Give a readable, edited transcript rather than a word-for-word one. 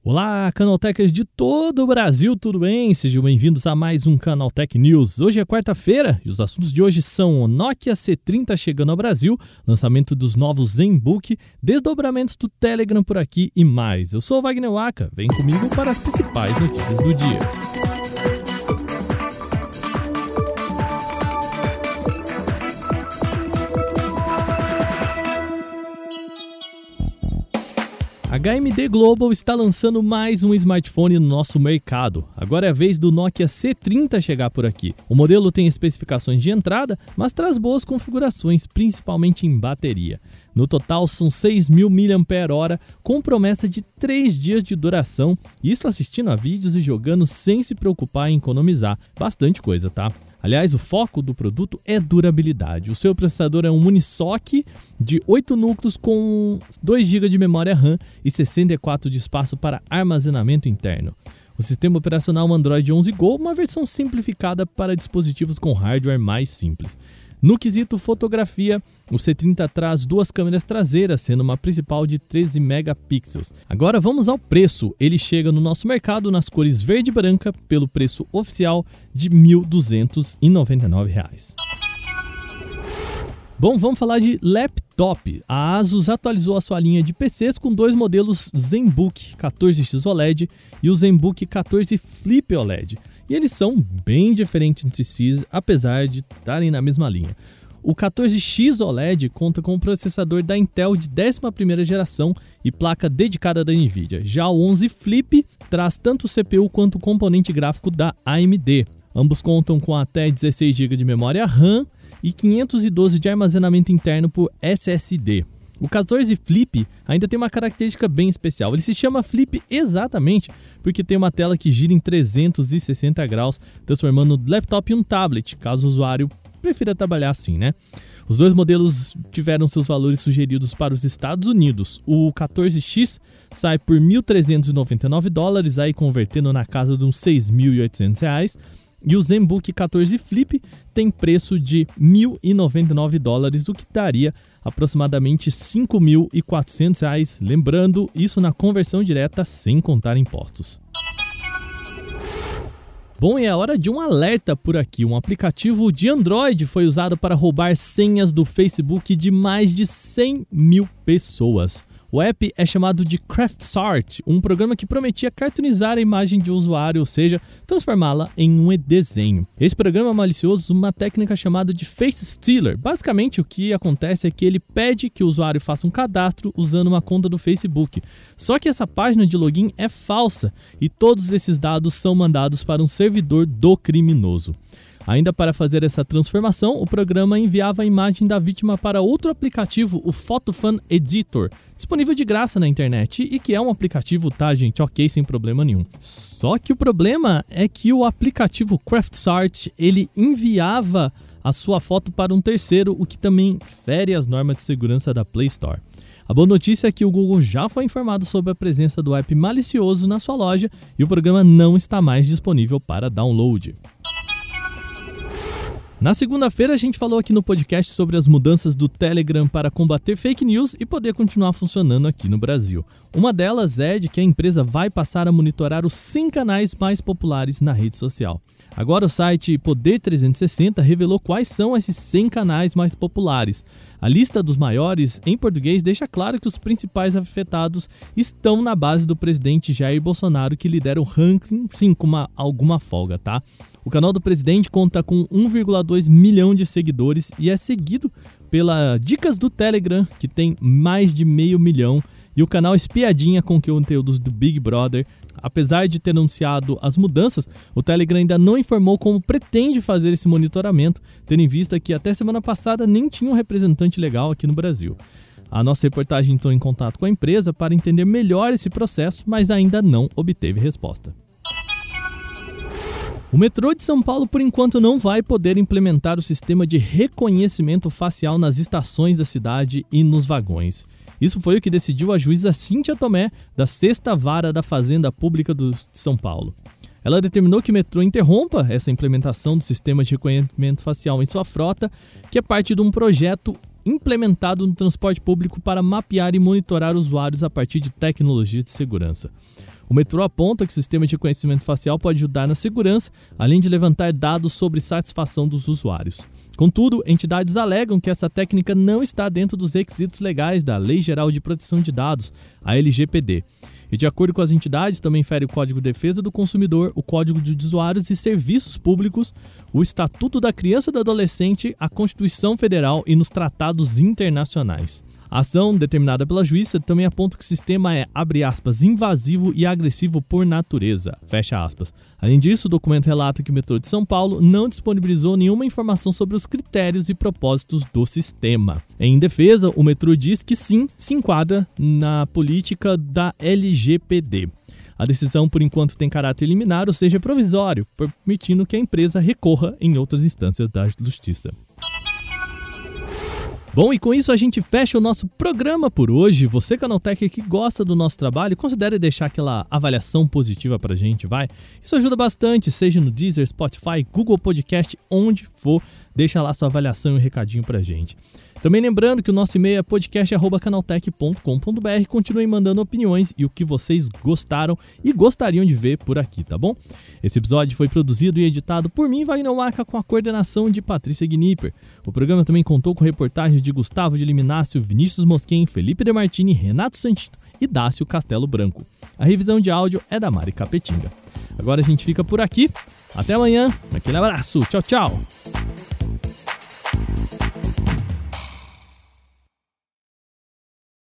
Olá, Canaltechers de todo o Brasil, tudo bem? Sejam bem-vindos a mais um Canaltech News. Hoje é quarta-feira e os assuntos de hoje são o Nokia C30 chegando ao Brasil, lançamento dos novos ZenBook, desdobramentos do Telegram por aqui e mais. Eu sou o Wagner Waka, vem comigo para as principais notícias do dia. A HMD Global está lançando mais um smartphone no nosso mercado. Agora é a vez do Nokia C30 chegar por aqui. O modelo tem especificações de entrada, mas traz boas configurações, principalmente em bateria. No total são 6.000 mAh, com promessa de 3 dias de duração, isso assistindo a vídeos e jogando sem se preocupar em economizar. Bastante coisa, tá? Aliás, o foco do produto é durabilidade. O seu processador é um Unisoc de 8 núcleos com 2 GB de memória RAM e 64 de espaço para armazenamento interno. O sistema operacional Android 11 Go, uma versão simplificada para dispositivos com hardware mais simples. No quesito fotografia, o C30 traz 2 câmeras traseiras, sendo uma principal de 13 megapixels. Agora vamos ao preço. Ele chega no nosso mercado nas cores verde e branca pelo preço oficial de R$ 1.299. Bom, vamos falar de laptop. A Asus atualizou a sua linha de PCs com 2 modelos ZenBook 14X OLED e o ZenBook 14 Flip OLED. E eles são bem diferentes entre si, apesar de estarem na mesma linha. O 14X OLED conta com um processador da Intel de 11ª geração e placa dedicada da Nvidia. Já o 11 Flip traz tanto o CPU quanto o componente gráfico da AMD. Ambos contam com até 16 GB de memória RAM e 512 de armazenamento interno por SSD. O 14 Flip ainda tem uma característica bem especial. Ele se chama Flip exatamente porque tem uma tela que gira em 360 graus, transformando o laptop em um tablet, caso o usuário prefira trabalhar assim, né? Os 2 modelos tiveram seus valores sugeridos para os Estados Unidos. O 14X sai por $1.399, aí convertendo na casa de uns R$6.800. E o ZenBook 14 Flip tem preço de $1.099, o que daria aproximadamente R$5.400. Lembrando, isso na conversão direta sem contar impostos. Bom, é a hora de um alerta por aqui. Um aplicativo de Android foi usado para roubar senhas do Facebook de mais de 100 mil pessoas. O app é chamado de CraftSart, um programa que prometia cartoonizar a imagem de um usuário, ou seja, transformá-la em um desenho. Esse programa malicioso usa uma técnica chamada de Face Stealer. Basicamente, o que acontece é que ele pede que o usuário faça um cadastro usando uma conta do Facebook. Só que essa página de login é falsa e todos esses dados são mandados para um servidor do criminoso. Ainda para fazer essa transformação, o programa enviava a imagem da vítima para outro aplicativo, o PhotoFun Editor, disponível de graça na internet e que é um aplicativo, tá, gente? Ok, sem problema nenhum. Só que o problema é que o aplicativo CraftSart, ele enviava a sua foto para um terceiro, o que também fere as normas de segurança da Play Store. A boa notícia é que o Google já foi informado sobre a presença do app malicioso na sua loja e o programa não está mais disponível para download. Na segunda-feira a gente falou aqui no podcast sobre as mudanças do Telegram para combater fake news e poder continuar funcionando aqui no Brasil. Uma delas é de que a empresa vai passar a monitorar os 100 canais mais populares na rede social. Agora o site Poder 360 revelou quais são esses 100 canais mais populares. A lista dos maiores, em português, deixa claro que os principais afetados estão na base do presidente Jair Bolsonaro, que lidera o ranking, sim, com alguma folga, tá? O canal do presidente conta com 1,2 milhão de seguidores e é seguido pela Dicas do Telegram, que tem mais de 500 mil, e o canal Espiadinha com conteúdos do Big Brother. Apesar de ter anunciado as mudanças, o Telegram ainda não informou como pretende fazer esse monitoramento, tendo em vista que até semana passada nem tinha um representante legal aqui no Brasil. A nossa reportagem entrou em contato com a empresa para entender melhor esse processo, mas ainda não obteve resposta. O metrô de São Paulo, por enquanto, não vai poder implementar o sistema de reconhecimento facial nas estações da cidade e nos vagões. Isso foi o que decidiu a juíza Cíntia Tomé, da 6ª Vara da Fazenda Pública de São Paulo. Ela determinou que o metrô interrompa essa implementação do sistema de reconhecimento facial em sua frota, que é parte de um projeto implementado no transporte público para mapear e monitorar usuários a partir de tecnologias de segurança. O metrô aponta que o sistema de reconhecimento facial pode ajudar na segurança, além de levantar dados sobre satisfação dos usuários. Contudo, entidades alegam que essa técnica não está dentro dos requisitos legais da Lei Geral de Proteção de Dados, a LGPD. E de acordo com as entidades, também fere o Código de Defesa do Consumidor, o Código de Usuários e Serviços Públicos, o Estatuto da Criança e do Adolescente, a Constituição Federal e nos tratados internacionais. A ação, determinada pela juíza, também aponta que o sistema é, abre aspas, invasivo e agressivo por natureza, fecha aspas. Além disso, o documento relata que o metrô de São Paulo não disponibilizou nenhuma informação sobre os critérios e propósitos do sistema. Em defesa, o metrô diz que sim, se enquadra na política da LGPD. A decisão, por enquanto, tem caráter liminar, ou seja, provisório, permitindo que a empresa recorra em outras instâncias da justiça. Bom, e com isso a gente fecha o nosso programa por hoje. Você, Canaltech, que gosta do nosso trabalho, considere deixar aquela avaliação positiva pra gente, vai? Isso ajuda bastante, seja no Deezer, Spotify, Google Podcast, onde for. Deixa lá sua avaliação e um recadinho pra gente. Também lembrando que o nosso e-mail é podcast@canaltech.com.br. Continuem mandando opiniões e o que vocês gostaram e gostariam de ver por aqui, tá bom? Esse episódio foi produzido e editado por mim, Wagner Waka, com a coordenação de Patrícia Gnipper. O programa também contou com reportagens de Gustavo de Liminácio, Vinícius Mosquen, Felipe De Martini, Renato Santino e Dácio Castelo Branco. A revisão de áudio é da Mari Capetinga. Agora a gente fica por aqui. Até amanhã. Aquele abraço. Tchau, tchau.